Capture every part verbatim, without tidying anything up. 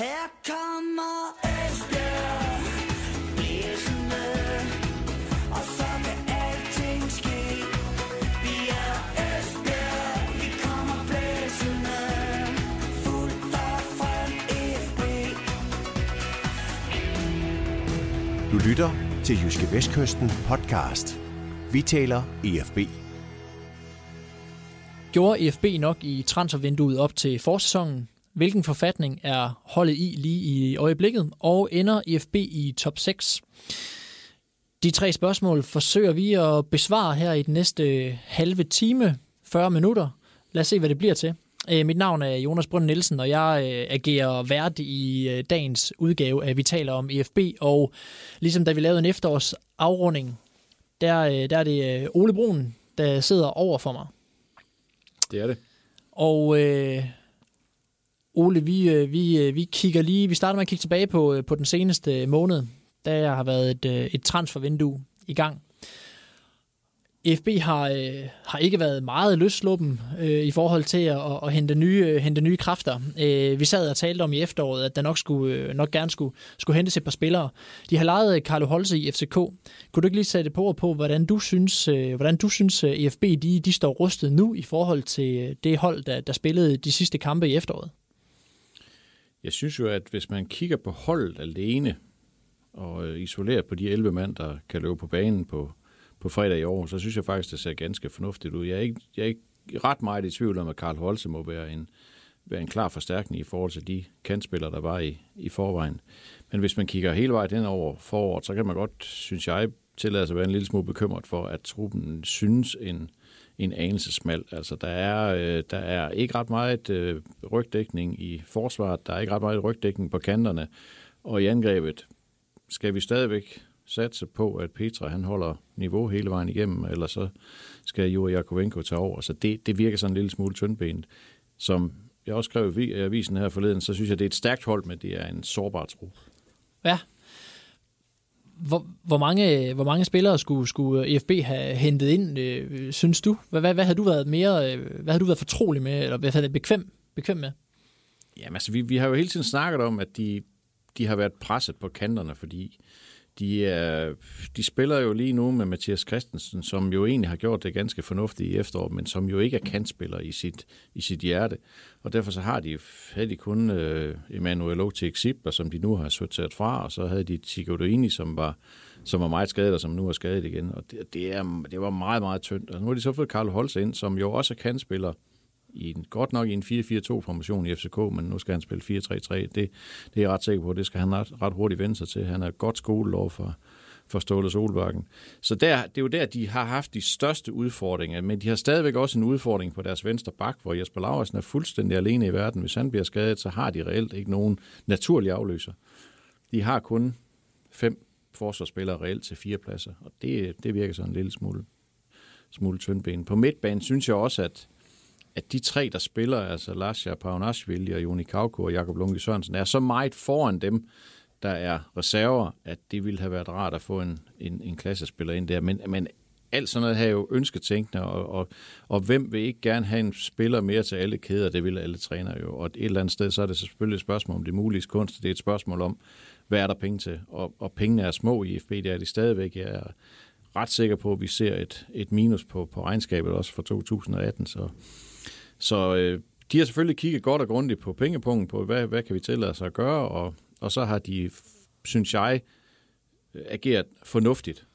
Her kommer Esbjerg blæsende, og så kan alting ske. Vi er Esbjerg, vi kommer blæsende, fuldt og frem F B. Du lytter til Jyske Vestkysten podcast. Vi taler E F B. Gjorde E F B nok i transfervinduet op til forsæsonen? Hvilken forfatning er holdet i lige i øjeblikket? Og ender E F B i top seks? De tre spørgsmål forsøger vi at besvare her i den næste halve time, fyrre minutter. Lad os se, hvad det bliver til. Mit navn er Jonas Brønd Nielsen, og jeg agerer vært i dagens udgave af Vi taler om E F B. Og ligesom da vi lavede en efterårsafrunding, der, der er det Ole Brun, der sidder over for mig. Det er det. Og øh, Ole, vi, vi, vi kigger lige, vi starter med at kigge tilbage på, på den seneste måned, der har været et, et transfervindue i gang. E F B har, øh, har ikke været meget løssluppen øh, i forhold til at, at, at hente, nye, øh, hente nye kræfter. Øh, vi sad og talte om i efteråret, at der nok, skulle, øh, nok gerne skulle, skulle hentes et par spillere. De har lejet Carlo Holse i F C K. Kunne du ikke lige sætte på på, hvordan du synes, øh, hvordan du synes E F B de, de står rustet nu i forhold til det hold, der, der spillede de sidste kampe i efteråret? Jeg synes jo, at hvis man kigger på holdet alene og isolerer på de elleve mand, der kan løbe på banen på på fredag i år, så synes jeg faktisk, det ser ganske fornuftigt ud. Jeg er ikke, jeg er ikke ret meget i tvivl om, at Carl Holse må være en, være en klar forstærkning i forhold til de kantspillere, der var i, i forvejen. Men hvis man kigger hele vejen hen over foråret, så kan man godt, synes jeg, tillade sig at være en lille smule bekymret for, at truppen synes en, en anelse smal. Altså, der er, der er ikke ret meget øh, rygdækning i forsvaret, der er ikke ret meget rygdækning på kanterne, og i angrebet skal vi stadigvæk satse på, at Petra han holder niveau hele vejen igennem, eller så skal Juri Jakovenko tage over. Så det, det virker sådan en lille smule tyndbenet. Som jeg også skrev i avisen her forleden, så synes jeg, det er et stærkt hold, men det er en sårbar trup. Ja. Hvor, hvor, mange, hvor mange spillere skulle, skulle E F B have hentet ind, øh, synes du? Hvad, hvad, hvad havde du været mere, hvad havde du været fortrolig med, eller hvad havde du bekvem, bekvem med? Jamen altså, vi, vi har jo hele tiden snakket om, at de, de har været presset på kanterne, fordi De, er, de spiller jo lige nu med Mathias Christensen, som jo egentlig har gjort det ganske fornuftigt i efteråret, men som jo ikke er kantspiller i sit, i sit hjerte. Og derfor så har de, havde de kun uh, Emmanuel Otik-Sipper, som de nu har sorteret fra, og så havde de Tigodoini, som var, som var meget skadet, og som nu er skadet igen. Og det, det, er, det var meget, meget tyndt. Og nu har de så fået Carlo Holse ind, som jo også er kantspiller, i en, godt nok i en fire fire to-formation i F C K, men nu skal han spille fire tre tre. Det, det er jeg ret sikker på, det skal han ret, ret hurtigt vende sig til. Han er godt skolet over for, for Ståle Solbakken. Så der, det er jo der, de har haft de største udfordringer, men de har stadigvæk også en udfordring på deres venstre bak, hvor Jesper Lauritsen er fuldstændig alene i verden. Hvis han bliver skadet, så har de reelt ikke nogen naturlig afløser. De har kun fem forsvarsspillere reelt til fire pladser, og det, det virker sådan en lille smule, smule tyndben. På midtbanen synes jeg også, at at de tre, der spiller, altså Lascia Paunashvili og Joni Kauko og Jakob Lundqvist Sørensen, er så meget foran dem, der er reserver, at det ville have været rart at få en, en, en klassespiller ind der. Men, men alt sådan noget her er jo ønsketænkende, og, og, og hvem vil ikke gerne have en spiller mere til alle kæder? Det vil alle trænere jo. Og et eller andet sted, så er det selvfølgelig et spørgsmål om det mulige kunst. Det er et spørgsmål om, hvad er der penge til? Og, og pengene er små i F B, det er de stadigvæk. Jeg er ret sikker på, at vi ser et, et minus på, på regnskabet også for to tusind og atten, så Så øh, de har selvfølgelig kigget godt og grundigt på pengepunkten, på hvad, hvad kan vi tillade sig at gøre, og, og så har de, synes jeg, ageret fornuftigt.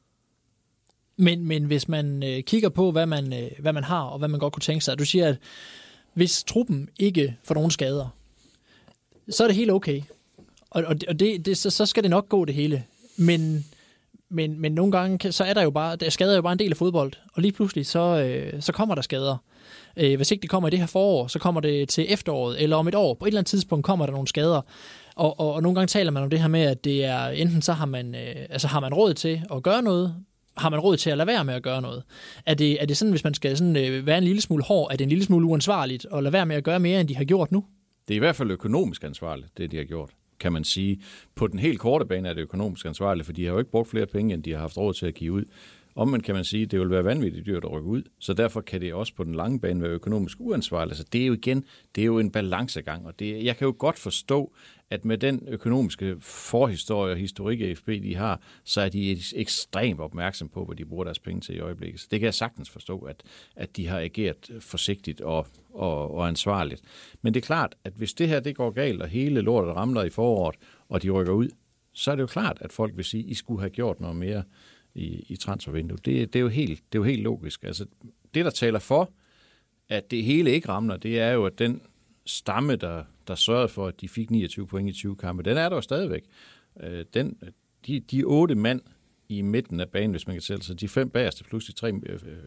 Men, men hvis man øh, kigger på, hvad man, øh, hvad man har, og hvad man godt kunne tænke sig, du siger, at hvis truppen ikke får nogen skader, så er det helt okay. Og, og, og det, det, så, så skal det nok gå det hele. Men, men, men nogle gange, så er der jo bare, der skader jo bare en del af fodbold, og lige pludselig, så, øh, så kommer der skader. Hvis ikke det kommer i det her forår, så kommer det til efteråret, eller om et år. På et eller andet tidspunkt kommer der nogle skader. Og, og, og nogle gange taler man om det her med, at det er enten så har man, øh, altså har man råd til at gøre noget, har man råd til at lade være med at gøre noget. Er det, er det sådan, hvis man skal sådan, øh, være en lille smule hård, er det en lille smule uansvarligt at lade være med at gøre mere, end de har gjort nu? Det er i hvert fald økonomisk ansvarligt, det de har gjort, kan man sige. På den helt korte bane er det økonomisk ansvarligt, for de har jo ikke brugt flere penge, end de har haft råd til at give ud. Omvendt kan man sige, at det vil være vanvittigt dyrt at rykke ud, så derfor kan det også på den lange bane være økonomisk uansvarligt. Altså, det er jo igen, det er jo en balancegang, og det, jeg kan jo godt forstå, at med den økonomiske forhistorie og historik af F B, de har, så er de ekstremt opmærksom på, hvad de bruger deres penge til i øjeblikket. Så det kan jeg sagtens forstå, at, at de har ageret forsigtigt og, og, og ansvarligt. Men det er klart, at hvis det her det går galt, og hele lortet ramler i foråret, og de rykker ud, så er det jo klart, at folk vil sige, at I skulle have gjort noget mere i, i transfervinduet. Det, det, er jo helt, det er jo helt logisk. Altså, det, der taler for, at det hele ikke ramler, det er jo, at den stamme, der, der sørgede for, at de fik niogtyve point i tyve kampe, den er der jo stadigvæk. Den, de, de otte mand i midten af banen, hvis man kan tælle, så de fem bagerste plus de tre,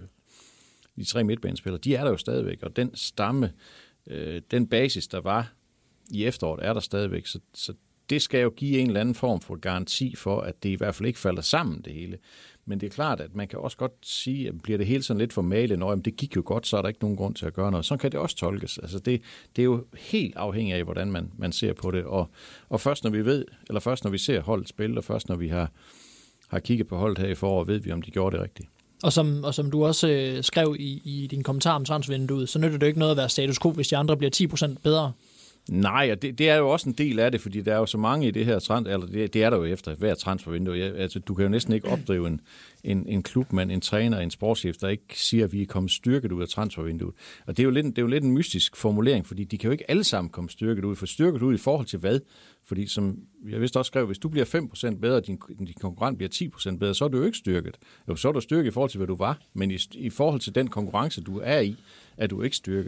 de tre midtbanespillere, de er der jo stadigvæk, og den stamme, den basis, der var i efteråret, er der stadigvæk, så, så det skal jo give en eller anden form for garanti for, at det i hvert fald ikke falder sammen, det hele. Men det er klart, at man kan også godt sige, at bliver det hele sådan lidt for malet, når det gik jo godt, så er der ikke nogen grund til at gøre noget. Så kan det også tolkes. Altså det, det er jo helt afhængigt af, hvordan man, man ser på det. Og, og først når vi ved, eller først når vi ser holdet spille, og først når vi har, har kigget på holdet her i foråret, ved vi, om de gjorde det rigtigt. Og som, og som du også øh, skrev i, i din kommentar om transfervinduet, så nytter det jo ikke noget at være status quo, hvis de andre bliver ti procent bedre. Nej, og det, det er jo også en del af det, fordi der er jo så mange i det her trans, eller det, det er der jo efter hver transfervindue. Altså, du kan jo næsten ikke opdrive en, en, en klubmand, en træner, en sportschef, der ikke siger, at vi er kommet styrket ud af transfervinduet. Og det er jo lidt, det er jo lidt en mystisk formulering, fordi de kan jo ikke alle sammen komme styrket ud. For styrket ud i forhold til hvad? Fordi som jeg vist også skrev, hvis du bliver fem procent bedre, og din, din konkurrent bliver ti procent bedre, så er du jo ikke styrket. Jo, så er du styrket i forhold til, hvad du var, men i, i forhold til den konkurrence, du er i, er du ikke styrket.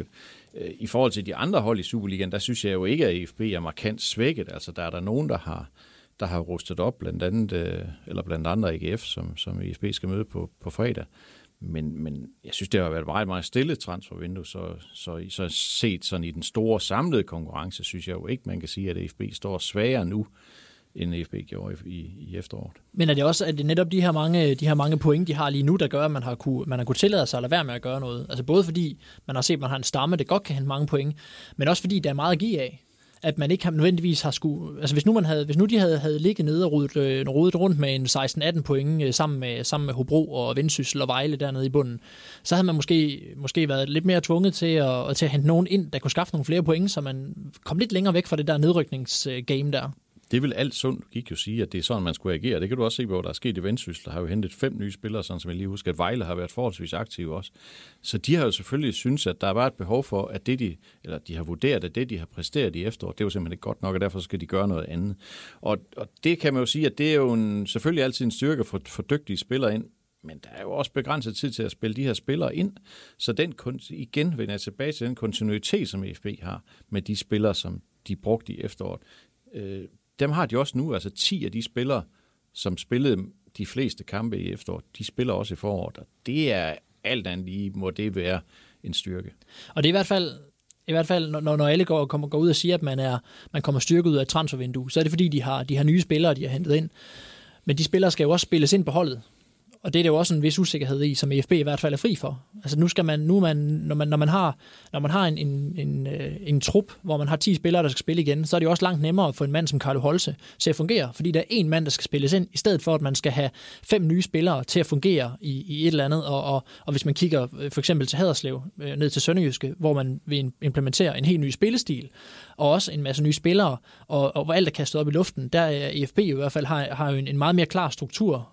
I forhold til de andre hold i Superligaen, der synes jeg jo ikke, at F B er markant svækket. Altså, der er der nogen, der har, der har rustet op, blandt andet, eller blandt andre A G F, som, som F B skal møde på, på fredag. Men, men jeg synes, det har været meget, meget stille transfervindue, så, så, så set sådan i den store samlede konkurrence, synes jeg jo ikke, man kan sige, at F B står svagere nu, end F B gjorde i, i efteråret. Men er det også er det netop de her mange de her mange point, de har lige nu, der gør, at man har kunne, man har kunne tillade sig at lade være med at gøre noget? Altså både fordi man har set, at man har en stamme, det godt kan hente mange point, men også fordi der er meget at give af. At man ikke har, nødvendigvis har skulle... Altså hvis nu, man havde, hvis nu de havde, havde ligget nede og rodet, øh, rodet rundt med en seksten atten point øh, sammen, med, sammen med Hobro og Vendsyssel og Vejle dernede i bunden, så havde man måske, måske været lidt mere tvunget til at, til at hente nogen ind, der kunne skaffe nogle flere point, så man kom lidt længere væk fra det der nedrykningsgame der. Det vil alt sundt gik jo sige, at det er sådan, man skulle agere. Det kan du også se, hvor der er sket i Vendsyssel. Der har jo hentet fem nye spillere, sådan som jeg lige husker, at Vejle har været forholdsvis aktive også. Så de har jo selvfølgelig synes, at der var et behov for, at det de, eller de har vurderet, at det de har præsteret i efteråret, det er jo simpelthen ikke godt nok, og derfor skal de gøre noget andet. Og, og det kan man jo sige, at det er jo en, selvfølgelig altid en styrke for, for dygtige spillere ind, men der er jo også begrænset tid til at spille de her spillere ind. Så den igen vender jeg tilbage til den kontinuitet, som F B har med de spillere, som de brugte i efteråret. Øh, Dem har de også nu, altså ti af de spillere, som spillede de fleste kampe i efteråret, de spiller også i foråret, og det er alt andet lige, må det være en styrke. Og det er i hvert fald, i hvert fald når, når alle går, kommer, går ud og siger, at man, er, man kommer styrket ud af et transfervindue, så er det fordi, de har, de har nye spillere, de har hentet ind. Men de spillere skal jo også spilles ind på holdet. Og det er der jo også en vis usikkerhed i, som F B i hvert fald er fri for. Altså nu skal man, nu man, når man, når man har, når man har en, en, en, en trup, hvor man har ti spillere, der skal spille igen, så er det jo også langt nemmere for en mand som Carlo Holse til at fungere, fordi der er en mand, der skal spilles ind, i stedet for, at man skal have fem nye spillere til at fungere i, i et eller andet. Og, og, og hvis man kigger for eksempel til Haderslev, ned til Sønderjyske, hvor man vil implementere en helt ny spillestil, og også en masse nye spillere, og, og hvor alt er kastet op i luften, der er F B i hvert fald har, har jo en, en meget mere klar struktur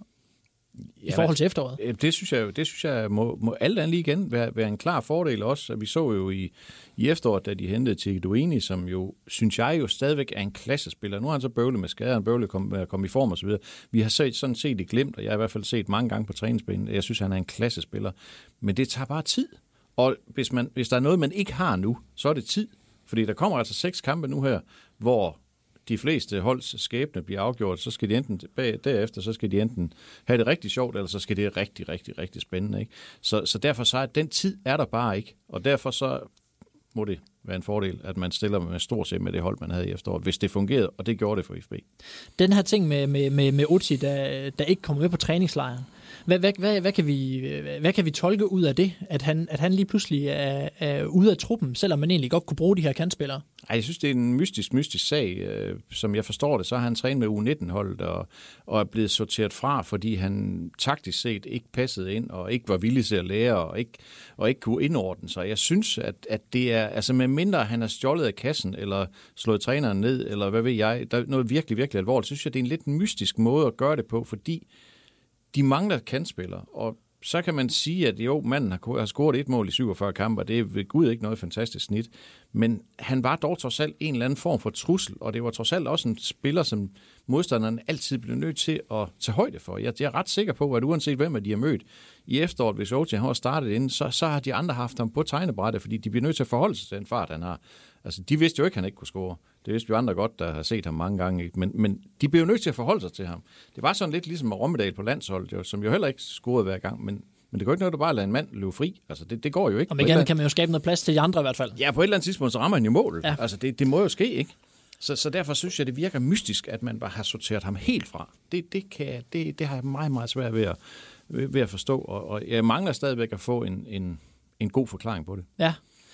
i ja, forhold til efteråret. Det synes jeg jo, det synes jeg må, må alt andet lige igen være, være en klar fordel også. Vi så jo i, i efteråret, da de hentede Tiguini, som jo, synes jeg jo stadigvæk er en klassespiller. Nu har han så bøvlet med skader, han bøvlet med at komme i form og så videre. Vi har set, sådan set det glemt, og jeg har i hvert fald set mange gange på træningsbanen. Jeg synes, han er en klassespiller. Men det tager bare tid. Og hvis, man, hvis der er noget, man ikke har nu, så er det tid. Fordi der kommer altså seks kampe nu her, hvor de fleste holds skæbne bliver afgjort, så skal de enten bag, derefter, så skal de enten have det rigtig sjovt, eller så skal det rigtig, rigtig, rigtig spændende. Ikke? Så, så derfor så er den tid er der bare ikke, og derfor så må det være en fordel, at man stiller med stor set med det hold, man havde i efteråret, hvis det fungerede, og det gjorde det for F B. Den her ting med, med, med, med Uzi, der, der ikke kommer med på træningslejren, Hvad, hvad, hvad, hvad, kan vi, hvad kan vi tolke ud af det, at han, at han lige pludselig er, er ude af truppen, selvom man egentlig godt kunne bruge de her kantspillere? Ej, jeg synes, det er en mystisk, mystisk sag. Øh, som jeg forstår det, så har han trænet med U nitten-holdet og, og er blevet sorteret fra, fordi han taktisk set ikke passede ind og ikke var villig til at lære og ikke, og ikke kunne indordne sig. Jeg synes, at, at det er, altså med mindre han har stjålet af kassen eller slået træneren ned, eller hvad ved jeg, der er noget virkelig, virkelig alvorligt, så synes jeg, det er en lidt mystisk måde at gøre det på, fordi de mangler kantspillere, og så kan man sige, at jo, manden har, har scoret et mål i syvogfyrre kampe, og det er ved Gud ikke noget fantastisk snit, men han var dog trods alt en eller anden form for trussel, og det var trods alt også en spiller, som modstanderne altid blev nødt til at tage højde for. Jeg, jeg er ret sikker på, at uanset hvem de har mødt i efteråret, hvis O T har startet inden, så, så har de andre haft ham på tegnebrættet, fordi de bliver nødt til at forholde sig til den fart, han har. Altså, de vidste jo ikke, at han ikke kunne score. Det vidste vi andre godt, der har set ham mange gange. Men, men de blev jo nødt til at forholde sig til ham. Det var sådan lidt ligesom Rommedal på landsholdet, jo, som jo heller ikke scorede hver gang. Men, men det går ikke noget, at bare lade en mand løbe fri. Altså, det, det går jo ikke. Og igen kan man jo skabe noget plads til de andre i hvert fald. Ja, på et eller andet tidspunkt, så rammer han jo målet. Ja. Altså, det, det må jo ske, ikke? Så, så derfor synes jeg, det virker mystisk, at man bare har sorteret ham helt fra. Det, det, kan, det, det har jeg meget, meget svært ved at, ved at forstå. Og, og jeg mangler stadigvæk at få en, en, en god forklaring på det. Ja.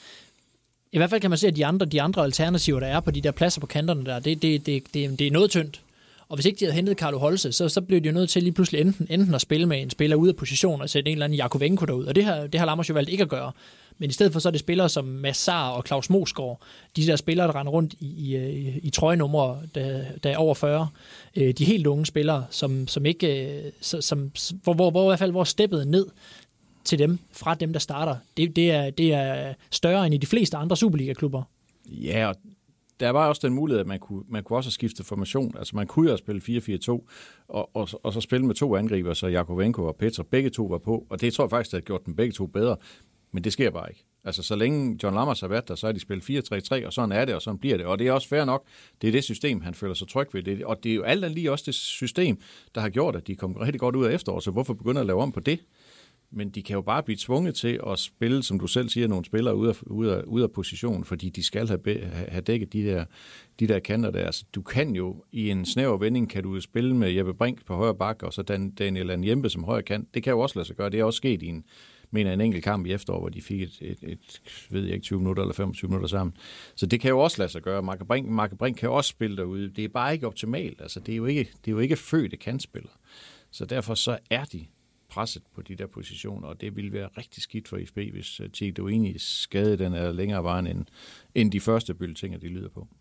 I hvert fald kan man se, at de andre, de andre alternativer, der er på de der pladser på kanterne der, det, det, det, det, det er noget tyndt. Og hvis ikke de havde hentet Carlo Holse, så, så blev de jo nødt til lige pludselig enten, enten at spille med en spiller ude af position og sætte en eller anden Jakovenko derud. Og det har, det har Lammers jo valgt ikke at gøre. Men i stedet for så er det spillere som Massar og Claus Mosgaard, de der spillere, der render rundt i, i, i trøjenumre, der, der er over fyrre. De helt unge spillere, som, som ikke, som, hvor, hvor, hvor i hvert fald hvor steppet ned til dem, fra dem, der starter. Det, det, er, det er større end i de fleste andre Superliga-klubber. Ja, og der var også den mulighed, at man kunne, man kunne også have skiftet formation. Altså man kunne jo spille fire fire to, og, og, og så spille med to angriber, så Jakovenko og Petra, begge to var på. Og det tror jeg faktisk, det har gjort dem begge to bedre. Men det sker bare ikke. Altså så længe John Lammers har været der, så er de spillet fire tre tre, og sådan er det, og sådan bliver det. Og det er også fair nok. Det er det system, han føler sig tryg ved. Det, og det er jo alt andet lige også det system, der har gjort, at de kom rigtig godt ud af efteråret. Så hvorfor begynde at lave om på det? Men de kan jo bare blive tvunget til at spille, som du selv siger, nogle spillere ude af, ude af, ude af position, fordi de skal have, have dækket de der, de der kanter der. Altså, du kan jo i en snæver vending, kan du spille med Jeppe Brink på højre bakke, og så Dan, Daniel Anjembe som højre kant. Det kan jo også lade sig gøre. Det er også sket i en, mener, en enkelt kamp i efterår, hvor de fik et, et, et ved jeg ikke, tyve minutter eller femogtyve minutter sammen. Så det kan jo også lade sig gøre. Marke Brink, Marke Brink kan jo også spille derude. Det er bare ikke optimalt. Altså, det er jo ikke, det er jo ikke fødte kantspillere. Så derfor så er de presset på de der positioner, og det ville være rigtig skidt for F B, hvis Tito Eni skade den er længere vejen end, end de første byltinger, de lyder på.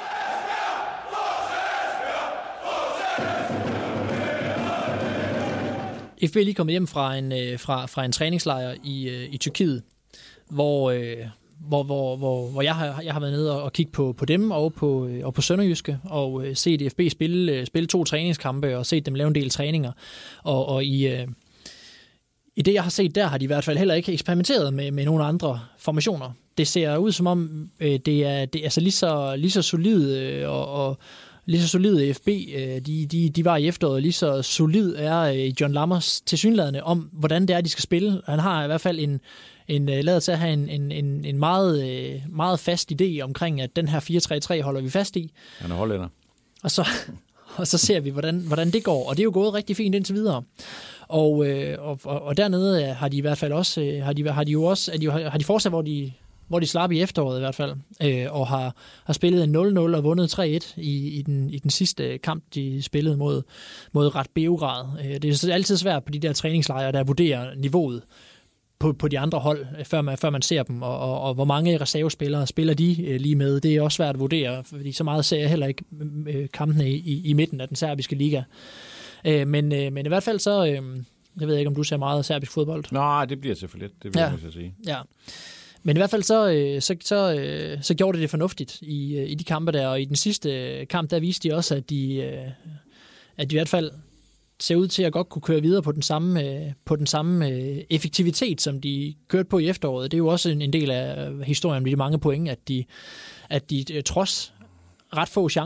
F B er lige kommet hjem fra en, fra, fra en træningslejr i, i Tyrkiet, hvor, hvor, hvor, hvor, hvor jeg, har, jeg har været nede og kigge på, på dem og på, og på Sønderjyske, og set F B spille, spille to træningskampe og set dem lave en del træninger. Og, og i, i det, jeg har set der, har de i hvert fald heller ikke eksperimenteret med, med nogle andre formationer. Det ser ud som om, det er, det er altså lige så, lige så solid og, og lige så solid F B, de, de, de var i efteråret, lige så solid er John Lammers tilsyneladende om, hvordan det er, de skal spille. Han har i hvert fald en, en lader til at have en, en, en, en meget, meget fast idé omkring, at den her fire tre tre holder vi fast i. Han er hollænder. Og så, og så ser vi, hvordan, hvordan det går, og det er jo gået rigtig fint indtil videre. Og, og, og dernede har de i hvert fald også, har de, har de jo også, de, har de fortsat, hvor de hvor de slap i efteråret i hvert fald, øh, og har, har spillet en nul nul og vundet tre et i, i, den, i den sidste kamp, de spillede mod, mod Red Beograd. Øh, det er altid svært på de der træningslejre, der vurderer niveauet på, på de andre hold, før man, før man ser dem, og, og, og hvor mange reservespillere spiller de øh, lige med. Det er også svært at vurdere, fordi så meget ser jeg heller ikke øh, kampene i, i, i midten af den serbiske liga. Øh, men, øh, men i hvert fald så, øh, jeg ved ikke, om du ser meget serbisk fodbold. Nej, det bliver til for lidt, det bliver jeg ja. sige. Ja. Men i hvert fald så, så, så, så gjorde det det fornuftigt i, i de kampe der, og i den sidste kamp, der viste de også, at de, at de i hvert fald ser ud til at godt kunne køre videre på den samme, på den samme effektivitet, som de kørte på i efteråret. Det er jo også en, en del af historien med de mange point, at de, at de trods ret få chancer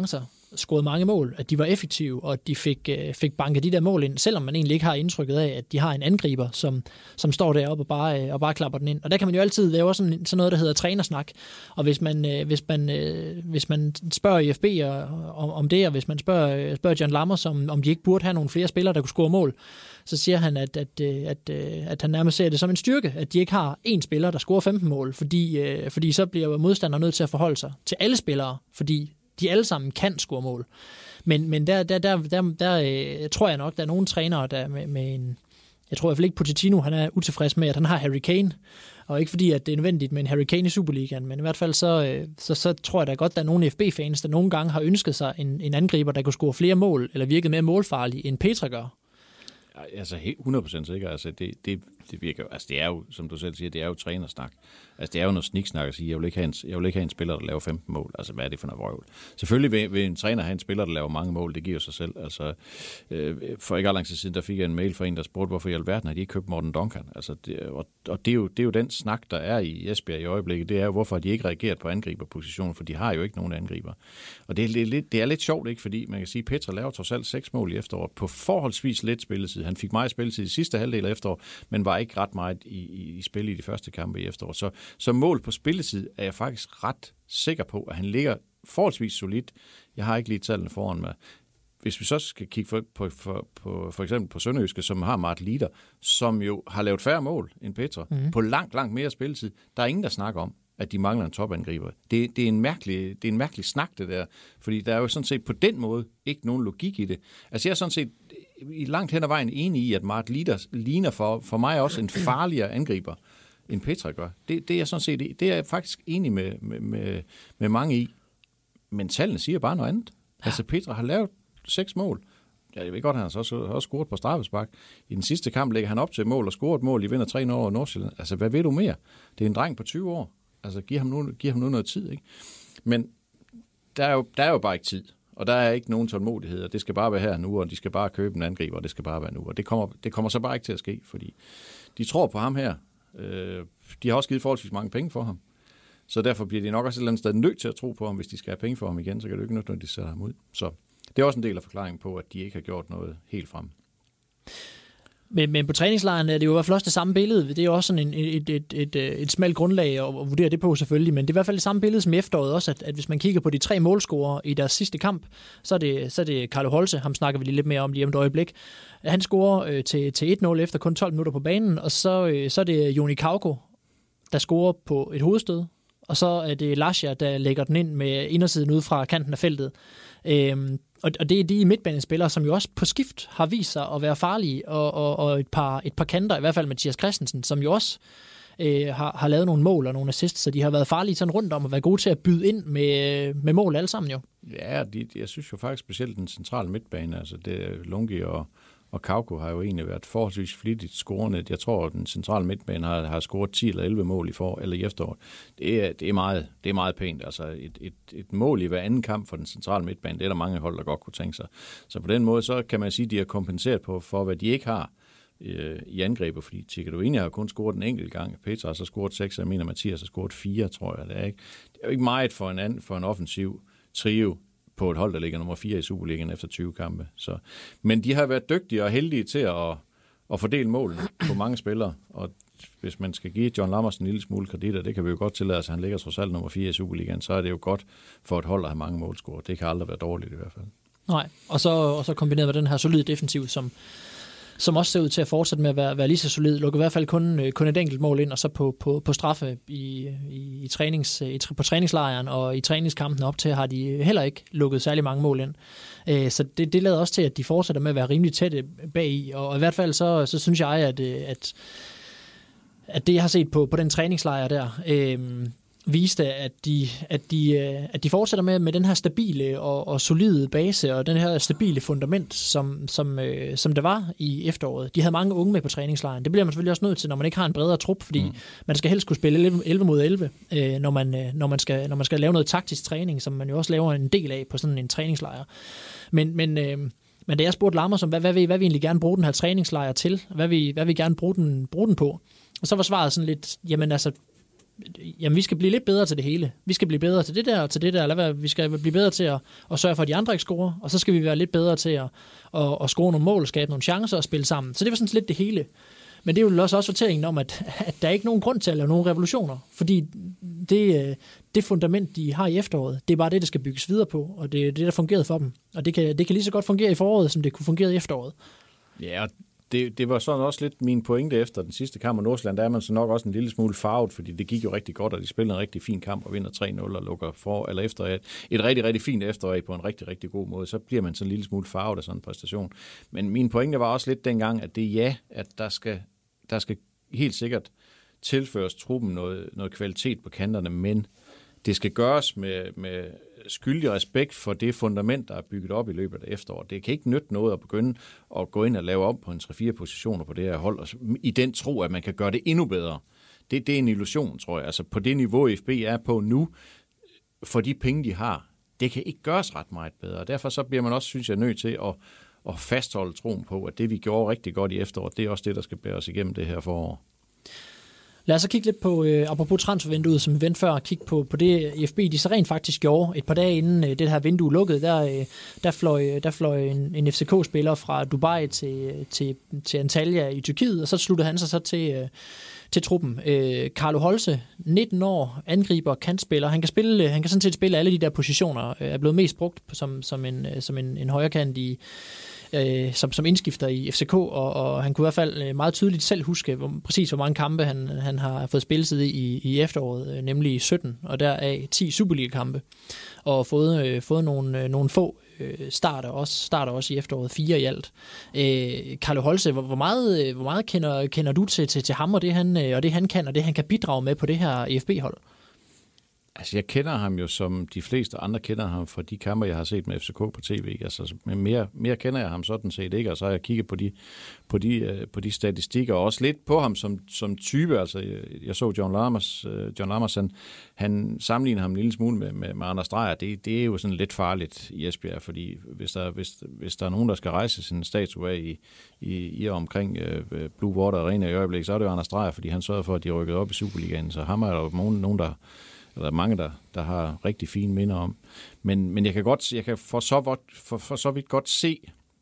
scorede mange mål, at de var effektive, og at de fik, øh, fik banket de der mål ind, selvom man egentlig ikke har indtrykket af, at de har en angriber, som, som står deroppe og bare, øh, og bare klapper den ind. Og der kan man jo altid lave sådan, sådan noget, der hedder trænersnak. Og hvis man, øh, hvis man, øh, hvis man spørger I F B og, om, om det, og hvis man spørger, spørger John Lammers, om, om de ikke burde have nogle flere spillere, der kunne score mål, så siger han, at, at, at, at han nærmest ser det som en styrke, at de ikke har én spiller, der scorer femten mål, fordi, øh, fordi så bliver modstanderen nødt til at forholde sig til alle spillere, fordi de alle sammen kan score mål. Men, men der, der, der, der, der øh, tror jeg nok, der er nogle trænere, der med, med en... Jeg tror i hvert fald ikke, Pochettino han er utilfreds med, at han har Harry Kane. Og ikke fordi, at det er nødvendigt med en Harry Kane i Superligaen, men i hvert fald så, øh, så, så tror jeg da godt, at der er nogle F B-fans, der nogle gange har ønsket sig en, en angriber, der kunne score flere mål, eller virke mere målfarlig, end Petra gør. Altså hundrede procent sikker. Altså det, det, det virker altså det er jo, som du selv siger, det er jo trænersnak. Altså det er jo noget sniksnak at sige, jeg vil ikke have en, jeg vil ikke have en spiller, der laver femten mål. Altså hvad er det for noget vrøvl? Selvfølgelig vil, vil en træner have en spiller, der laver mange mål, det giver sig selv. Altså øh, for ikke lang tid siden, der fik jeg en mail fra en, der spurgte, hvorfor i alverden har de ikke købt Morten Duncan? Altså det, og, og det er jo det er jo den snak, der er i Esbjerg i øjeblikket. Det er jo, hvorfor har de ikke reageret på angriberpositionen, for de har jo ikke nogen angriber. Og det er lidt, det er lidt sjovt, ikke, fordi man kan sige, Petra laver trods alt seks mål i efteråret på forholdsvis lidt spilletid. Han fik meget spilletid i sidste halvdel af efteråret, men var ikke ret meget i, i, i spil i de første kampe i efteråret. Så, så mål på spilletid er jeg faktisk ret sikker på, at han ligger forholdsvis solidt. Jeg har ikke lige tallene foran mig. Hvis vi så skal kigge på, på, på, på for eksempel på Sønderjyske, som har Mart Lider, som jo har lavet færre mål end Petra, mm. på langt, langt mere spilletid, der er ingen, der snakker om, at de mangler en topangriber. Det, det, er en mærkelig, det er en mærkelig snak, det der, fordi der er jo sådan set på den måde ikke nogen logik i det. Altså jeg er sådan set i langt hen ad vejen enig i, at Mart Lider ligner for, for mig også en farligere angriber, end Petra gør. Det, det er sådan set, det er jeg faktisk enig med, med, med, med mange i. Men tallene siger bare noget andet. Ja. Altså Petra har lavet seks mål. Ja, jeg ved godt, at han så også har scoret på straffespark. I den sidste kamp lægger han op til mål og scorer et mål. De vinder tre nul over Nordsjælland. Altså, hvad ved du mere? Det er en dreng på tyve år. Altså, giv ham nu, giv ham nu noget tid, ikke? Men der er, jo, der er jo bare ikke tid. Og der er ikke nogen tålmodighed. Og det skal bare være her nu, og de skal bare købe en angriber, og det skal bare være nu. Og det kommer, det kommer så bare ikke til at ske, fordi de tror på ham her. Øh, de har også givet forholdsvis mange penge for ham. Så derfor bliver de nok også et eller andet sted nødt til at tro på ham. Hvis de skal have penge for ham igen, så kan det jo ikke noget, når de sætter ham ud. Så det er også en del af forklaringen på, at de ikke har gjort noget helt frem. Men, men på træningslejren er det jo i hvert fald også det samme billede. Det er jo også sådan en, et, et, et, et, et smalt grundlag at vurdere det på selvfølgelig, men det er i hvert fald det samme billede som i efteråret også, at, at hvis man kigger på de tre målscorer i deres sidste kamp, så er det, så er det Carlo Holse, ham snakker vi lige lidt mere om lige om et øjeblik. Han scorer øh, til, til et nul efter kun tolv minutter på banen, og så, øh, så er det Joni Kauko, der scorer på et hovedstød, og så er det Lascia, der lægger den ind med indersiden ud fra kanten af feltet. Øhm, og, og det er de midtbanespillere, som jo også på skift har vist sig at være farlige, og, og, og et, par, et par kanter, i hvert fald Mathias Christensen, som jo også øh, har, har lavet nogle mål og nogle assists, så de har været farlige sådan rundt om at være gode til at byde ind med, med mål alle sammen jo. Ja, de, de, jeg synes jo faktisk specielt den centrale midtbane, altså det Lungi og Og Kauko har jo egentlig været forholdsvis flittigt scorende. Jeg tror, at den centrale midtbane har, har scoret ti eller elleve mål i, for, eller i efteråret. Det er, det, er meget, det er meget pænt. Altså et, et, et mål i hver anden kamp for den centrale midtbane, det er der mange hold, der godt kunne tænke sig. Så på den måde, så kan man sige, at de har kompenseret på for, hvad de ikke har øh, i angrebet, fordi Tjekkadouini har kun scoret en enkelt gang. Petra har så scoret seks, og jeg mener, Mathias har scoret fire, tror jeg. Det er, ikke, det er jo ikke meget for en, anden, for en offensiv trio på et hold, der ligger nummer fire i Superligaen efter tyve kampe. Så, men de har været dygtige og heldige til at, at fordele målene på mange spillere, og hvis man skal give John Lammers en lille smule kredit, og det kan vi jo godt tillade os, at han ligger trods alt nummer fire i Superligaen, så er det jo godt for et hold at have mange målscorer. Det kan aldrig være dårligt i hvert fald. Nej, og så, og så kombineret med den her solide defensiv, som som også ser ud til at fortsætte med at være, være lige så solid. Lukker i hvert fald kun, kun et enkelt mål ind, og så på, på, på straffe i, i, i trænings, i, på træningslejren og i træningskampen op til, har de heller ikke lukket særlig mange mål ind. Så det, det lader også til, at de fortsætter med at være rimelig tætte bagi, og i hvert fald så, så synes jeg, at, at, at det, jeg har set på, på den træningslejr der, øh, viste, at de, at de, at de fortsætter med, med den her stabile og, og solide base, og den her stabile fundament, som, som, øh, som der var i efteråret. De havde mange unge med på træningslejren. Det bliver man selvfølgelig også nødt til, når man ikke har en bredere trup, fordi mm. man skal helst kunne spille elleve mod elleve, øh, når, man, når, man skal, når man skal lave noget taktisk træning, som man jo også laver en del af på sådan en træningslejr. Men, men, øh, men da jeg spurgte Lammers om, hvad, hvad, vil, hvad vil egentlig gerne bruge den her træningslejr til? Hvad vil, hvad vil gerne bruge den, bruge den på? Og så var svaret sådan lidt, jamen altså, jamen vi skal blive lidt bedre til det hele. Vi skal blive bedre til det der og til det der. Lad være, vi skal blive bedre til at, at sørge for, at de andre ikke scorer, og så skal vi være lidt bedre til at, at, at score nogle mål, skabe nogle chancer og spille sammen. Så det var sådan lidt det hele. Men det er jo også også fortællingen om, at, at der er ikke nogen grund til at lave nogle revolutioner, fordi det, det fundament, de har i efteråret, det er bare det, der skal bygges videre på, og det er det, der fungerede for dem. Og det kan, det kan lige så godt fungere i foråret, som det kunne fungere i efteråret. Ja, og det, det var sådan også lidt min pointe efter den sidste kamp mod Nordsjælland. Der er man så nok også en lille smule farvet, fordi det gik jo rigtig godt, og de spillede en rigtig fin kamp og vinder tre nul og lukker for, eller efter et, et rigtig, rigtig fint efteråret på en rigtig, rigtig god måde. Så bliver man så en lille smule farvet af sådan en præstation. Men min pointe var også lidt dengang, at det er ja, at der skal, der skal helt sikkert tilføres truppen noget, noget kvalitet på kanterne, men det skal gøres med, med skyldig respekt for det fundament, der er bygget op i løbet af efteråret. Det kan ikke nytte noget at begynde at gå ind og lave op på en tre fire positioner på det her hold, og i den tro, at man kan gøre det endnu bedre. Det, det er en illusion, tror jeg. Altså på det niveau, F B er på nu, for de penge, de har, det kan ikke gøres ret meget bedre. Derfor så bliver man også, synes jeg, nødt til at, at fastholde troen på, at det, vi gjorde rigtig godt i efteråret, det er også det, der skal bære os igennem det her forår. Lad os så kigge lidt på, øh, apropos transfervinduet, som vi vendte før, kigge på, på det F B, de så rent faktisk gjorde. Et par dage inden øh, det her vindue lukkede, der, øh, der fløj, der fløj en, en F C K-spiller fra Dubai til, til, til Antalya i Tyrkiet, og så sluttede han sig så til, øh, til truppen. Øh, Carlo Holse, nitten år, angriber, kantspiller. Han kan, spille, han kan sådan set spille alle de der positioner, øh, er blevet mest brugt som, som en, som en, en højrekant i Øh, som, som indskifter i F C K, og, og han kunne i hvert fald meget tydeligt selv huske, hvor, præcis hvor mange kampe han, han har fået spilletid i, i efteråret, øh, nemlig sytten, og deraf ti Superliga-kampe, og fået, øh, fået nogle, øh, nogle få øh, starter, også, starter også i efteråret, fire i alt. Øh, Carlo Holse, hvor, hvor meget, øh, hvor meget kender, kender du til, til, til ham, og det, han, øh, og det han kan, og det han kan bidrage med på det her F B-hold? Altså, jeg kender ham jo, som de fleste andre kender ham fra de kampe, jeg har set med F C K på tv. Altså, mere, mere kender jeg ham sådan set ikke, og så har jeg kigget på de, på de, på de statistikker, og også lidt på ham som, som type. Altså, jeg så John Lammers, John Lammers, han, han sammenligner ham en lille smule med, med, med Anders Dreyer. Det, det er jo sådan lidt farligt i Esbjerg, fordi hvis der, hvis, hvis der er nogen, der skal rejse sin statue af i, i, i og omkring uh, Blue Water Arena i øjeblik, så er det jo Anders Dreyer, fordi han sørger for, at de rykkede op i Superligaen. Så ham er der jo nogen, nogen der der er mange, der, der har rigtig fine minder om. Men, men jeg kan, godt, jeg kan for, så, for, for så vidt godt se,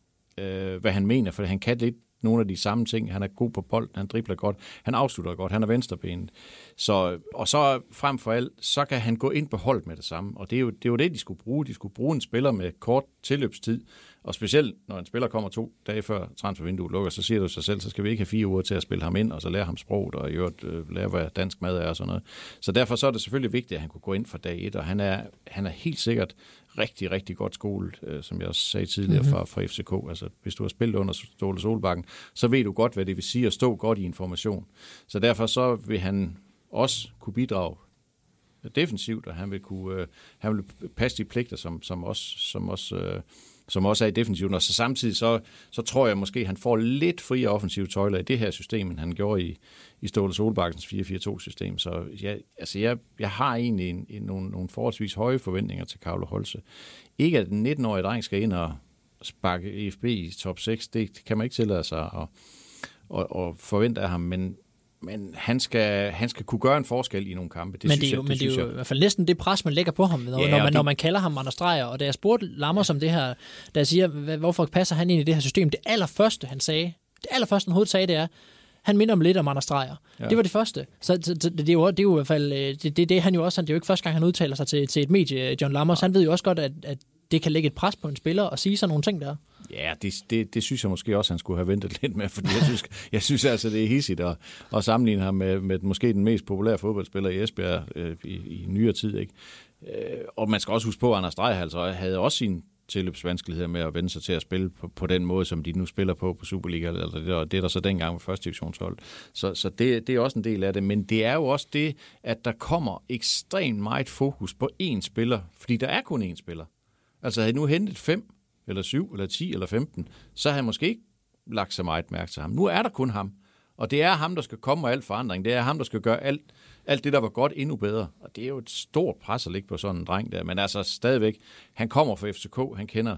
øh, hvad han mener, for han kan lidt nogle af de samme ting. Han er god på bold, han dribler godt, han afslutter godt, han er venstrebenet. Så, og så frem for alt, så kan han gå ind på holdet med det samme. Og det er jo det, er jo det de skulle bruge. De skulle bruge en spiller med kort tilløbstid, og specielt når en spiller kommer to dage før transfervinduet lukker, så siger du sig selv, så skal vi ikke have fire uger til at spille ham ind, og så lære ham sproget, og i øvrigt øh, lære, hvad dansk mad er og sådan noget. Så derfor så er det selvfølgelig vigtigt, at han kunne gå ind fra dag et, og han er, han er helt sikkert rigtig, rigtig godt skolet, øh, som jeg også sagde tidligere fra, fra F C K. Altså, hvis du har spillet under Ståle Solbakken, så ved du godt, hvad det vil sige at stå godt i information. Så derfor så vil han også kunne bidrage defensivt, og han vil kunne øh, han vil passe de pligter, som, som også, som også øh, som også er i defensiven, og så samtidig så, så tror jeg måske, han får lidt friere offensive tøjler i det her system, end han gjorde i, i Ståle Solbakkens fire fire to-system. Så jeg, altså jeg, jeg har egentlig en, en, nogle, nogle forholdsvis høje forventninger til Carlo Holse. Ikke at en nitten-årig dreng skal ind og sparke F B i top seks, det kan man ikke tillade sig at, at, at forvente af ham, men Men han skal, han skal kunne gøre en forskel i nogle kampe. Det men synes det er jo, jeg, det men det er jo jeg. i hvert fald næsten det pres, man lægger på ham, når, ja, når, man, det... når man kalder ham Anders Dreyer. Og da jeg spurgte Lammers om det her, da jeg siger, hvorfor passer han ind i det her system, det allerførste, han sagde, det allerførste, han hovedet sagde, det er, han minder om lidt om Anders Dreyer. Ja. Det var det første. Så, så, så det, er jo, det er jo i hvert fald, det, det, det han jo også, det er jo ikke første gang, han udtaler sig til, til et medie, John Lammers. Han ved jo også godt, at, at det kan lægge et pres på en spiller og sige sådan nogle ting der. Ja, det, det, det synes jeg måske også, han skulle have ventet lidt med, fordi jeg synes, jeg synes altså, det er hissigt at, at sammenligne ham med, med måske den mest populære fodboldspiller i Esbjerg øh, i, i nyere tid. Ikke? Øh, og man skal også huske på, at Anders Dreyer altså havde også sine tilløbsvanskeligheder med at vende sig til at spille på, på den måde, som de nu spiller på på Superliga, eller det, der, det der så dengang var første divisionshold. Så, så det, det er også en del af det, men det er jo også det, at der kommer ekstremt meget fokus på én spiller, fordi der er kun én spiller. Altså havde I nu hentet fem, eller syv, eller ti, eller femten, så har jeg måske ikke lagt så meget mærke til ham. Nu er der kun ham, og det er ham, der skal komme med al forandring. Det er ham, der skal gøre alt, alt det, der var godt, endnu bedre. Og det er jo et stort pres at ligge på sådan en dreng der, men altså stadigvæk, han kommer fra F C K, han kender,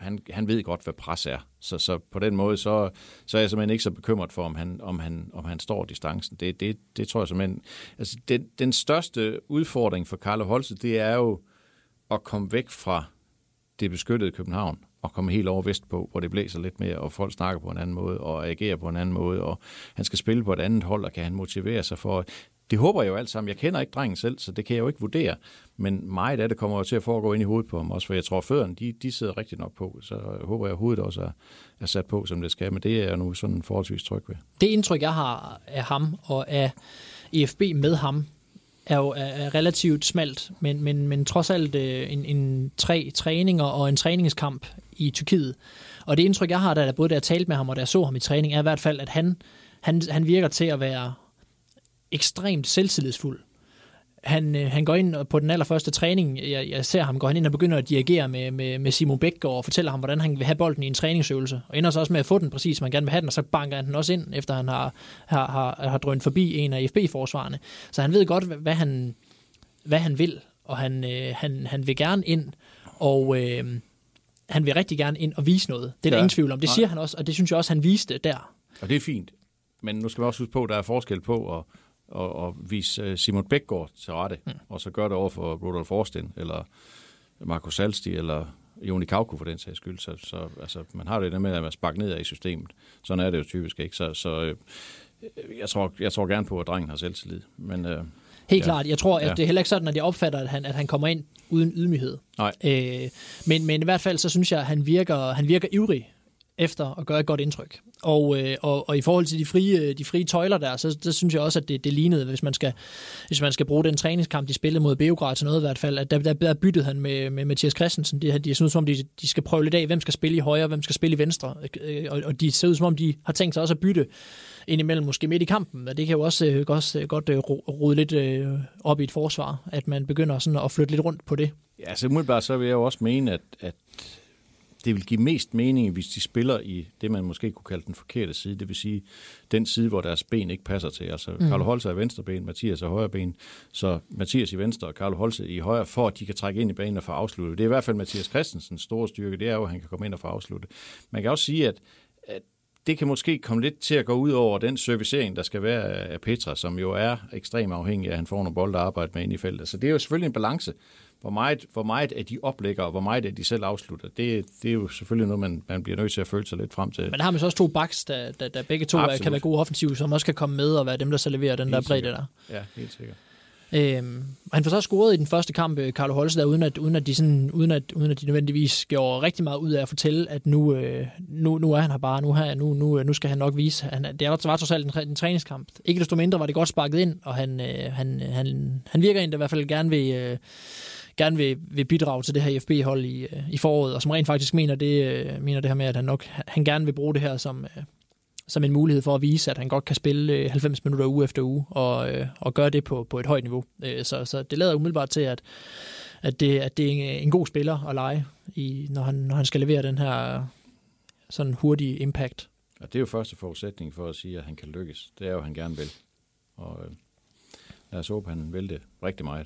han, han ved godt, hvad pres er. Så, så på den måde, så, så er jeg simpelthen ikke så bekymret for, om han, om han, om han står distancen. Det, det, det tror jeg simpelthen... Altså, den, den største udfordring for Carlo Holse, det er jo at komme væk fra det beskyttede København og komme helt over vestpå, hvor det blæser lidt mere, og folk snakker på en anden måde, og agerer på en anden måde, og han skal spille på et andet hold, og kan han motivere sig for... Det håber jeg jo alt sammen. Jeg kender ikke drengen selv, så det kan jeg jo ikke vurdere. Men meget af det kommer jo til at foregå ind i hovedet på ham også, for jeg tror, at fødderne, de, de sidder rigtig nok på. Så jeg håber jeg, at hovedet også er, er sat på, som det skal. Men det er jeg nu sådan forholdsvis tryg ved. Det indtryk, jeg har af ham og af E F B med ham, er jo er relativt smalt, men, men, men trods alt en, en tre træninger og en træningskamp i Tyrkiet. Og det indtryk, jeg har, da både da jeg talte med ham og da jeg så ham i træning, er i hvert fald, at han, han, han virker til at være ekstremt selvtillidsfuld. Han, han går ind på den allerførste træning, jeg, jeg ser ham, går han ind og begynder at dirigere med, med, med Simon Bækgaard og fortæller ham, hvordan han vil have bolden i en træningsøvelse, og ender så også med at få den præcis, som han gerne vil have den, og så banker han den også ind, efter han har, har, har, har drønt forbi en af E F B-forsvarerne. Så han ved godt, hvad han, hvad han vil, og han, øh, han, han vil gerne ind, og øh, han vil rigtig gerne ind og vise noget. Det er der ja. ingen tvivl om. Det siger han også, og det synes jeg også, han viste der. Og det er fint. Men nu skal vi også huske på, at der er forskel på at Og, og vise Simon Bækgaard til rette, mm. og så gør det over for Rudolf Forsten, eller Marco Salsti, eller Joni Kauko for den sags skyld. Så, så altså, man har det der med at være sparket ned i systemet. Sådan er det jo typisk ikke. Så, så øh, jeg, tror, jeg tror gerne på, at drengen har selvtillid. Men, øh, Helt ja. klart. Jeg tror, at ja. det er heller ikke sådan, at jeg opfatter, at han, at han kommer ind uden ydmyghed. Nej. Øh, men, men i hvert fald, så synes jeg, at han virker, han virker ivrig efter at gøre et godt indtryk. Og, øh, og, og i forhold til de frie, de frie tøjler der, så, så synes jeg også, at det, det lignede, hvis man, skal, hvis man skal bruge den træningskamp, de spillede mod Beograd til noget i hvert fald, at der, der, der byttede han med, med Mathias Christensen. De, de ser ud som om, de, de skal prøve lidt af, hvem skal spille i højre, hvem skal spille i venstre. Og, og de ser ud som om, de har tænkt sig også at bytte indimellem, måske midt i kampen. Og det kan jo også, øh, også godt øh, rode lidt øh, op i et forsvar, at man begynder sådan at flytte lidt rundt på det. Ja, så umiddelbart så vil jeg jo også mene, at, at det vil give mest mening, hvis de spiller i det, man måske kunne kalde den forkerte side. Det vil sige, den side, hvor deres ben ikke passer til. Altså, mm. Carlo Holse er venstre ben, Mathias er højre ben. Så Mathias i venstre og Carlo Holse i højre, for at de kan trække ind i banen og få afsluttet. Det er i hvert fald Mathias Christensens store styrke. Det er jo, at han kan komme ind og få afsluttet. Man kan også sige, at, at det kan måske komme lidt til at gå ud over den servicering, der skal være af Petra, som jo er ekstremt afhængig af, at han får nogle bolde at arbejde med ind i feltet. Så det er jo selvfølgelig en balance. Hvor meget, hvor meget af de oplægger, og hvor meget af de selv afslutter, det, det er jo selvfølgelig noget, man, man bliver nødt til at føle sig lidt frem til. Men der har man så også to backs, der, der, der begge to Absolut. kan være gode offensive, som også kan komme med og være dem, der så leverer den helt der bredde der. Ja, helt sikkert. Øhm, han får så scoret i den første kamp, Carlo Holse, der, uden, at, uden, at de sådan, uden, at, uden at de nødvendigvis gjorde rigtig meget ud af at fortælle, at nu, øh, nu, nu er han her bare, nu, her, nu, nu, nu skal han nok vise. Han, det var trods alt en, en træningskamp. Ikke desto mindre var det godt sparket ind, og han, øh, han, han, han virker ind, der i hvert fald gerne vil... Øh, gerne vil, vil bidrage til det her E F B-hold i, i foråret, og som rent faktisk mener det, mener det her med, at han nok han gerne vil bruge det her som, som en mulighed for at vise, at han godt kan spille halvfems minutter uge efter uge, og, og gøre det på, på et højt niveau. Så, så det lader umiddelbart til, at, at, det, at det er en god spiller at lege, i, når, han, når han skal levere den her sådan hurtige impact. Ja, det er jo første forudsætning for at sige, at han kan lykkes. Det er jo, at han gerne vil. Og øh, lad os håbe, han vil det rigtig meget.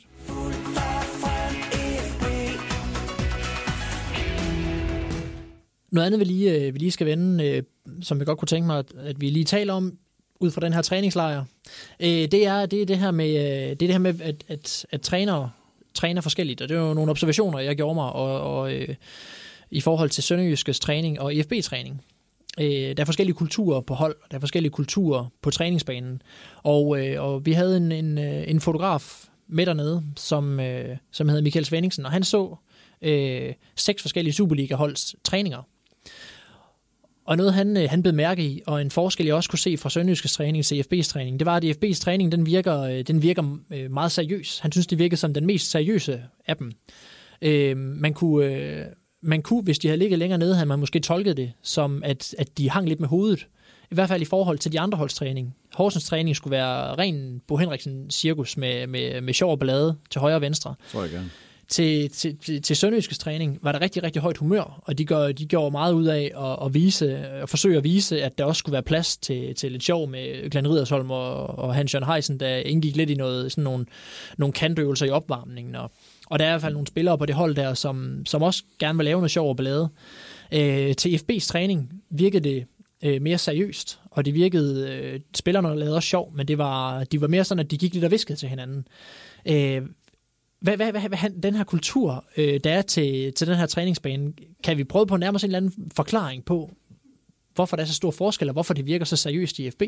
Noget andet, vi lige, vi lige skal vende, som jeg godt kunne tænke mig, at vi lige taler om, ud fra den her træningslejr, det er det, er det her med, det er det her med at, at, at trænere træner forskelligt. Og det er jo nogle observationer, jeg gjorde mig og, og, i forhold til Sønderjyskes træning og E F B-træning. Der er forskellige kulturer på hold, der er forskellige kulturer på træningsbanen. Og, og vi havde en, en, en fotograf med dernede, som, som hedder Michael Svenningsen, og han så øh, seks forskellige Superliga-holds træninger. Og noget, han, han blev mærke i, og en forskel, jeg også kunne se fra Sønderjyskes træning til E F B's træning, det var, at E F B's træning, den virker, den virker meget seriøs. Han synes, det virkede som den mest seriøse af dem. Øh, man kunne... Øh, Man kunne, hvis de havde ligget længere nede, havde man måske tolket det som, at, at de hang lidt med hovedet. I hvert fald i forhold til de andre holdstræning. Horsens træning skulle være ren Bo Henriksen cirkus med, med, med sjov og ballade til højre og venstre. Tror jeg gerne. Til, til, til, til Sønderjyskes træning var der rigtig, rigtig højt humør, og de, gør, de gjorde meget ud af at, at, vise, at forsøge at vise, at der også skulle være plads til, til lidt sjov med Glenn Riddersholm og, og Hans-Jørgen Heisen, der indgik lidt i noget, sådan nogle, nogle kantøvelser i opvarmningen. Og, og der er i hvert fald nogle spillere på det hold der, som, som også gerne vil lave noget sjov og ballade. Øh, til F B's træning virkede det øh, mere seriøst, og det virkede, øh, spillerne lavede også sjov, men det var, de var mere sådan, at de gik lidt og viskede til hinanden. Øh, hvad, hvad, hvad, hvad den her kultur, øh, der er til, til den her træningsbane, kan vi prøve på at nærme os en eller anden forklaring på, hvorfor der er så stor forskel, og hvorfor det virker så seriøst i F B?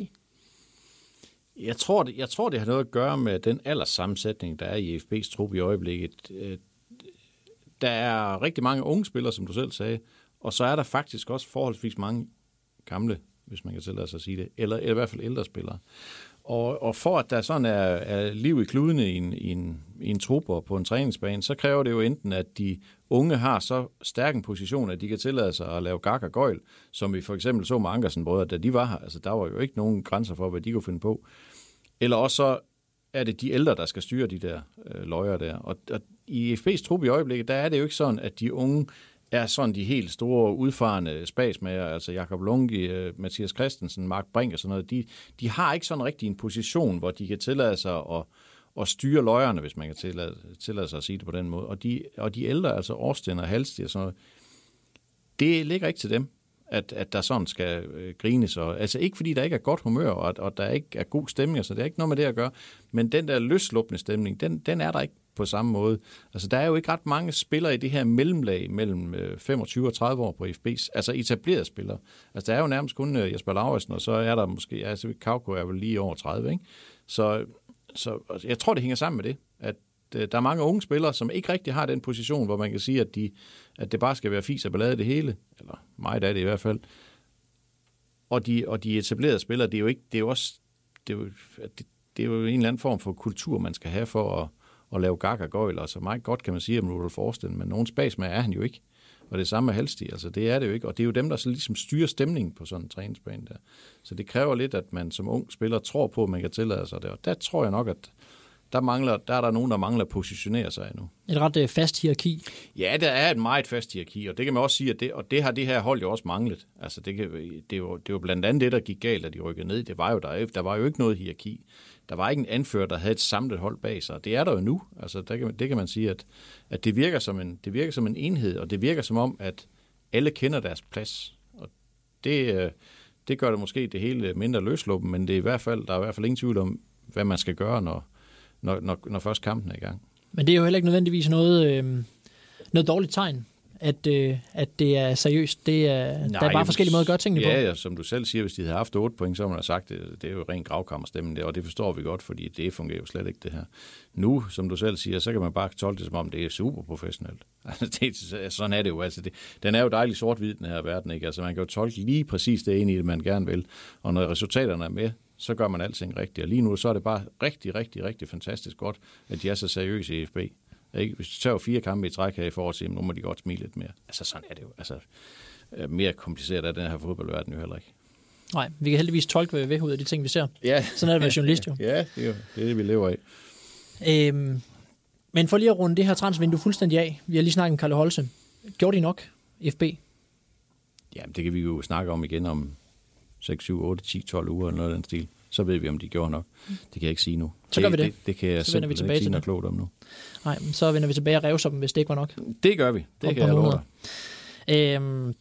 Jeg tror, det, jeg tror, det har noget at gøre med den alderssammensætning, der er i F B's trup i øjeblikket. Der er rigtig mange unge spillere, som du selv sagde, og så er der faktisk også forholdsvis mange gamle, hvis man kan tillade sig at sige det, eller, eller i hvert fald ældre spillere. Og, og for at der sådan er, er liv i kludene i en, i, en, i en trup og på en træningsbane, så kræver det jo enten, at de unge har så stærk en position, at de kan tillade sig at lave gak og gøjl, som vi for eksempel så med Ankersen-brødre, da de var her. Altså, der var jo ikke nogen grænser for, hvad de kunne finde på. Eller også så er det de ældre, der skal styre de der øh, løjer der. Og, og i F B's trup i øjeblikket, der er det jo ikke sådan, at de unge er sådan de helt store, udfarende spasmager, altså Jakob Lungi, Mathias Christensen, Mark Brink og sådan noget, de, de har ikke sådan rigtig en position, hvor de kan tillade sig at, at styre løjerne, hvis man kan tillade, tillade sig at sige det på den måde. Og de, og de ældre, altså Årsten og Halstig og sådan noget, det ligger ikke til dem, at, at der sådan skal øh, grines. Og, altså ikke fordi der ikke er godt humør, og, og der ikke er god stemning, så det er ikke noget med det at gøre, men den der løsluppende stemning, den, den er der ikke på samme måde. Altså, der er jo ikke ret mange spillere i det her mellemlag mellem femogtyve og tredive år på F B's, altså etablerede spillere. Altså, der er jo nærmest kun Jesper Lauritsen, og så er der måske, altså Kauko er vel lige over tredive, ikke? Så, så jeg tror, det hænger sammen med det, at der er mange unge spillere, som ikke rigtig har den position, hvor man kan sige, at, de, at det bare skal være fis og ballade det hele, eller meget af det i hvert fald. Og de, og de etablerede spillere, det er jo ikke, det er jo også, det er jo, det, det er jo en eller anden form for kultur, man skal have for at og lave gak og gøjl. Altså meget godt kan man sige om Rudolf Årsten, men nogen spasmager er han jo ikke. Og det samme med Halstig, altså det er det jo ikke. Og det er jo dem, der så ligesom styrer stemningen på sådan en træningsbane der. Så det kræver lidt, at man som ung spiller tror på, at man kan tillade sig det. Og der tror jeg nok, at der, mangler, der er der nogen, der mangler at positionere sig nu. Et ret fast hierarki. Ja, der er et meget fast hierarki, og det kan man også sige, at det, og det har det her hold jo også manglet. Altså det, kan, det, er jo, det er jo blandt andet det, der gik galt, da de rykkede ned. Det var jo der, der var jo ikke noget hierarki. Der var ikke en anfører, der havde et samlet hold bag sig. Det er der jo nu. Altså, der kan, det kan man sige, at, at det, virker som en, det virker som en enhed, og det virker som om, at alle kender deres plads. Og det, det gør det måske det hele mindre løsluppen, men det er i hvert fald, der er i hvert fald ingen tvivl om, hvad man skal gøre, når, når, når, når først kampen er i gang. Men det er jo heller ikke nødvendigvis noget, øh, noget dårligt tegn, at, øh, at det er seriøst. Det er, Nej, der er bare forskellige måder at gøre tingene ja, på. Ja, som du selv siger, hvis de havde haft otte point, så har man sagt, det, det er jo ren gravkammerstemning der, og det forstår vi godt, fordi det fungerer jo slet ikke det her. Nu, som du selv siger, så kan man bare tolke det som om, det er super professionelt. Altså, det, sådan er det jo. Altså, det, den er jo dejligt sort-hvid, den her verden, ikke? Altså, man kan jo tolke lige præcis det ene i det, man gerne vil, og når resultaterne er med, så gør man alting rigtigt. Og lige nu, så er det bare rigtig, rigtig, rigtig fantastisk godt, at de er så seriøse i F B. Ikke? Hvis du tager fire kampe i træk her i forhold til, nu må de godt smile lidt mere. Altså sådan er det jo. Altså, mere kompliceret er den her fodboldverden jo heller ikke. Nej, vi kan heldigvis tolke ved ud af de ting, vi ser. Ja. Sådan er det med journalist jo. Ja, det er jo det, er det vi lever af. Øhm, men for lige at runde det her transfervindue fuldstændig af. Vi har lige snakket om Kalle Holse. Gjorde de nok, F B? Jamen, det kan vi jo snakke om igen om seks, syv, otte, ti, tolv uger eller noget af den stil. Så ved vi, om de gjorde nok. Det kan jeg ikke sige nu. Så gør vi det. Det, det kan jeg så vender vi tilbage ikke sige noget klogt om nu. Nej, så vender vi tilbage og revser dem, hvis det ikke var nok. Det gør vi. Det Om kan jeg love dig. Øhm,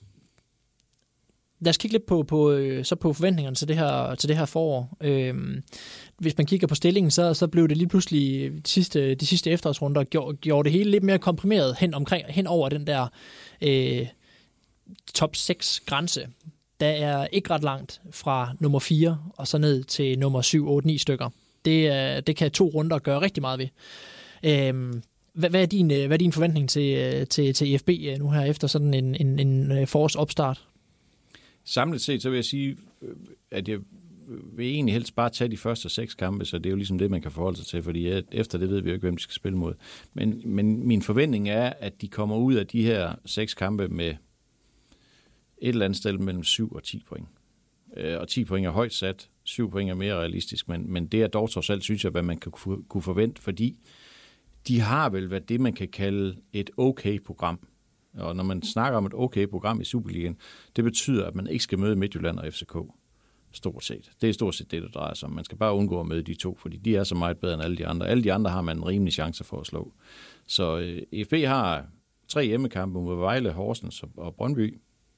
lad os kigge lidt på, på, så på forventningerne til det her, til det her forår. Øhm, hvis man kigger på stillingen, så, så blev det lige pludselig de sidste, de sidste efterårsrunder, gjorde, gjorde det hele lidt mere komprimeret hen, omkring, hen over den der øh, top seks grænse. Der er ikke ret langt fra nummer fire og så ned til nummer syv, otte, ni stykker. Det, det kan to runder gøre rigtig meget ved. Øhm, hvad, hvad, er din, hvad er din forventning til, til, til F B nu her efter sådan en, en, en forårsopstart? Samlet set, så vil jeg sige, at jeg vil egentlig helst bare tage de første seks kampe, så det er jo ligesom det, man kan forholde sig til, fordi efter det ved vi jo ikke, hvem de skal spille mod. Men, men min forventning er, at de kommer ud af de her seks kampe med et eller andet sted mellem syv og ti point. Og ti point er højt sat, syv point er mere realistisk, men, men det er dog trods alt, synes jeg, hvad man kan kunne forvente, fordi de har vel været det, man kan kalde et okay program. Og når man snakker om et okay program i Superligaen, det betyder, at man ikke skal møde Midtjylland og F C K. Stort set. Det er stort set det, der drejer sig om. Man skal bare undgå at møde de to, fordi de er så meget bedre end alle de andre. Alle de andre har man en rimelig chance for at slå. Så øh, F B har tre hjemmekampe mod Vejle, Horsens og Brøndby.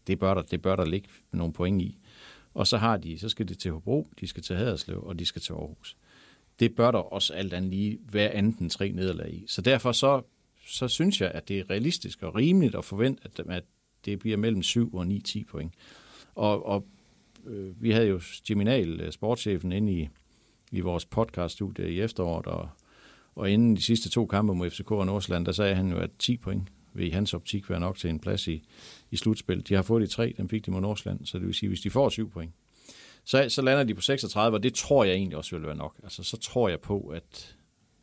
Det bør der, det bør der ligge nogle point i. Og så har de, så skal de til Hobro, de skal til Haderslev, og de skal til Aarhus. Det bør der også alt andet lige være andet end tre nederlag i. Så derfor så, så synes jeg, at det er realistisk og rimeligt at forvente, at, at det bliver mellem syv og ni til ti point. Og, og øh, vi havde jo Geminal, sportschefen, inde i, i vores podcaststudie i efteråret, og, og inden de sidste to kampe mod F C K og Nordsjælland, der sagde han jo, at ti point vil i hans optik være nok til en plads i, i slutspil. De har fået de tre, dem fik de mod Nordsjælland, så det vil sige, hvis de får syv point, så, så lander de på seksogtredive, og det tror jeg egentlig også vil være nok. Altså, så tror jeg på, at,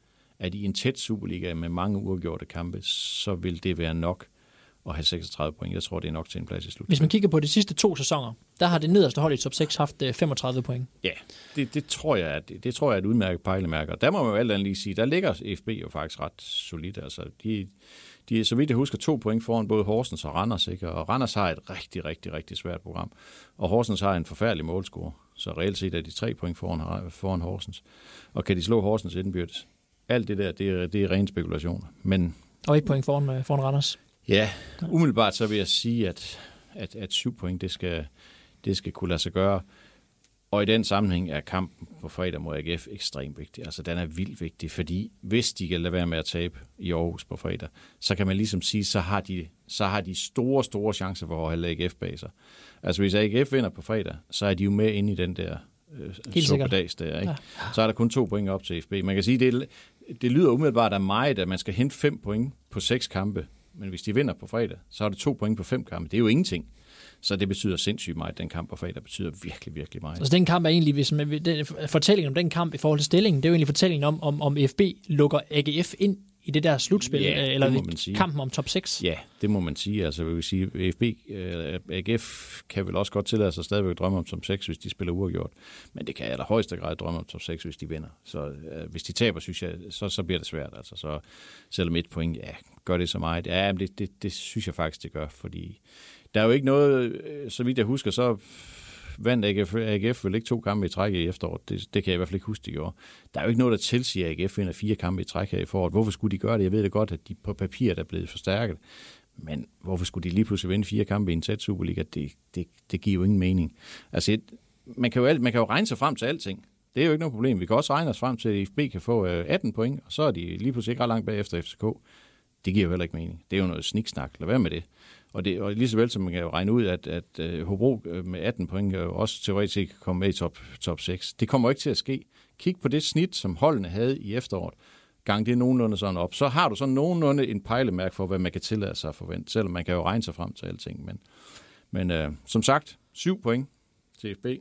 at i en tæt Superliga med mange uafgjorte kampe, så vil det være nok at have seksogtredive point. Jeg tror, det er nok til en plads i slutspil. Hvis man kigger på de sidste to sæsoner, der har det nederste hold i top seks haft femogtredive point. Ja, det, det, tror jeg, at, det, det tror jeg er et udmærket pejlemærke. Der må man jo alt andet lige sige, der ligger F B jo faktisk ret solidt. Altså, de, de er, så vidt jeg husker, to point foran både Horsens og Randers. Ikke? Og Randers har et rigtig, rigtig, rigtig svært program. Og Horsens har en forfærdelig målscore. Så reelt set er de tre point foran, foran Horsens. Og kan de slå Horsens indbyrdes? Alt det der, det er, det er ren spekulation. Men, og et point foran, foran Randers. Ja, umiddelbart så vil jeg sige, at, at, at syv point, det skal, det skal kunne lade sig gøre. Og i den sammenhæng er kampen på fredag mod A G F ekstremt vigtig. Altså, den er vildt vigtig, fordi hvis de kan lade være med at tabe i Aarhus på fredag, så kan man ligesom sige, så har de, så har de store, store chancer for at holde A G F bag sig. Altså, hvis A G F vinder på fredag, så er de jo med inde i den der øh, suppedags der, ikke? Ja. Så er der kun to point op til F B. Man kan sige, det, det lyder umiddelbart af meget, at man skal hente fem point på seks kampe. Men hvis de vinder på fredag, så har det to point på fem kampe. Det er jo ingenting. Så det betyder sindssygt meget, den kamp på fredag betyder virkelig, virkelig meget. Altså den kamp er egentlig, hvis man, den, fortællingen om den kamp i forhold til stillingen, det er jo egentlig fortællingen om, om, om F B lukker A G F ind i det der slutspil, ja, eller kampen om top seks. Ja, det må man sige. Altså vil sige, F B, A G F kan vel også godt tillade sig stadigvæk drømme om top seks, hvis de spiller uafgjort. Men det kan i allerhøjeste grad drømme om top seks, hvis de vinder. Så øh, hvis de taber, synes jeg, så, så bliver det svært. Altså, så selvom et point, ja, gør det så meget. Ja, det, det, det synes jeg faktisk, det gør, fordi der er jo ikke noget, så vidt jeg husker, så vandt A G F, A G F vel ikke to kampe i træk i efteråret. Det, det kan jeg i hvert fald ikke huske, de gjorde. Der er jo ikke noget, der tilsiger, at A G F vinder fire kampe i træk her i foråret. Hvorfor skulle de gøre det? Jeg ved det godt, at de på papir er blevet forstærket. Men hvorfor skulle de lige pludselig vinde fire kampe i en tæt Superliga? Det, det, det giver jo ingen mening. Altså, et, man, kan jo, man kan jo regne sig frem til alting. Det er jo ikke noget problem. Vi kan også regne os frem til, at F B kan få atten point, og så er de lige pludselig ikke ret langt bagefter F C K. Det giver jo heller ikke mening. Det er jo noget sniksnak. Lad være med det. Og, det, og lige så vel som man kan jo regne ud, at, at uh, Hobro med atten point jo også teoretisk kan komme med i top, top seks. Det kommer ikke til at ske. Kig på det snit, som holdene havde i efteråret. Gang det nogenlunde sådan op. Så har du så nogenlunde en pejlemærke for, hvad man kan tillade sig at forvente. Selvom man kan jo regne sig frem til alting. Men, men uh, som sagt, syv point til F B.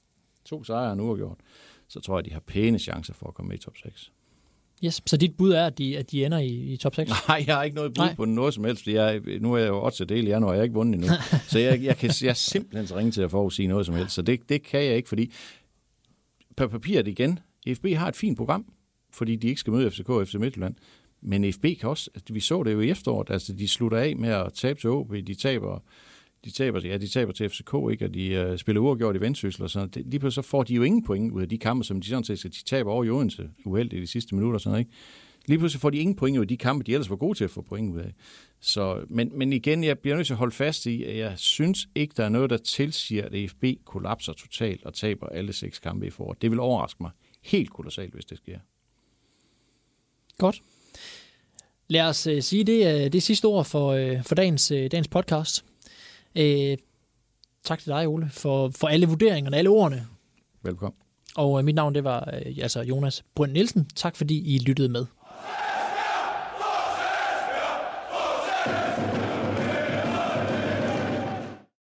To sejre nu uafgjort. Så tror jeg, de har pæne chancer for at komme med i top seks. Yes, så dit bud er, at de, at de ender i, i top seks? Nej, jeg har ikke noget bud Nej. på noget som helst. Jeg, nu er jeg jo også del i januar, jeg har ikke vundet endnu. så jeg, jeg, kan, jeg er simpelthen så ringe til at forudsige noget som helst. Så det, det kan jeg ikke, fordi på papiret igen, F B har et fint program, fordi de ikke skal møde F C K og F C Midtjylland. Men F B kan også, altså, vi så det jo i efteråret, altså de slutter af med at tabe til O B, de taber... De taber, ja, de taber til F C K, ikke? Og de uh, spiller uafgjort i Vendsyssel, og sådan. Det, lige pludselig så får de jo ingen point ud af de kampe, som de sådan set, de taber over i Odense uheldigt i de sidste minutter, sådan, ikke? Lige pludselig får de ingen point ud af de kampe, de ellers var gode til at få point ud af. Så, men, men igen, jeg bliver nødt til at holde fast i, at jeg synes ikke, der er noget, der tilsiger, at F B kollapser totalt og taber alle seks kampe i foråret. Det vil overraske mig helt kolossalt, hvis det sker. Godt. Lad os uh, sige det, det sidste ord for, uh, for dagens, uh, dagens podcast. Øh, tak til dig, Ole, for, for alle vurderingerne, alle ordene. Velkommen. Og øh, mit navn, det var øh, altså Jonas Brønd Nielsen. Tak fordi I lyttede med.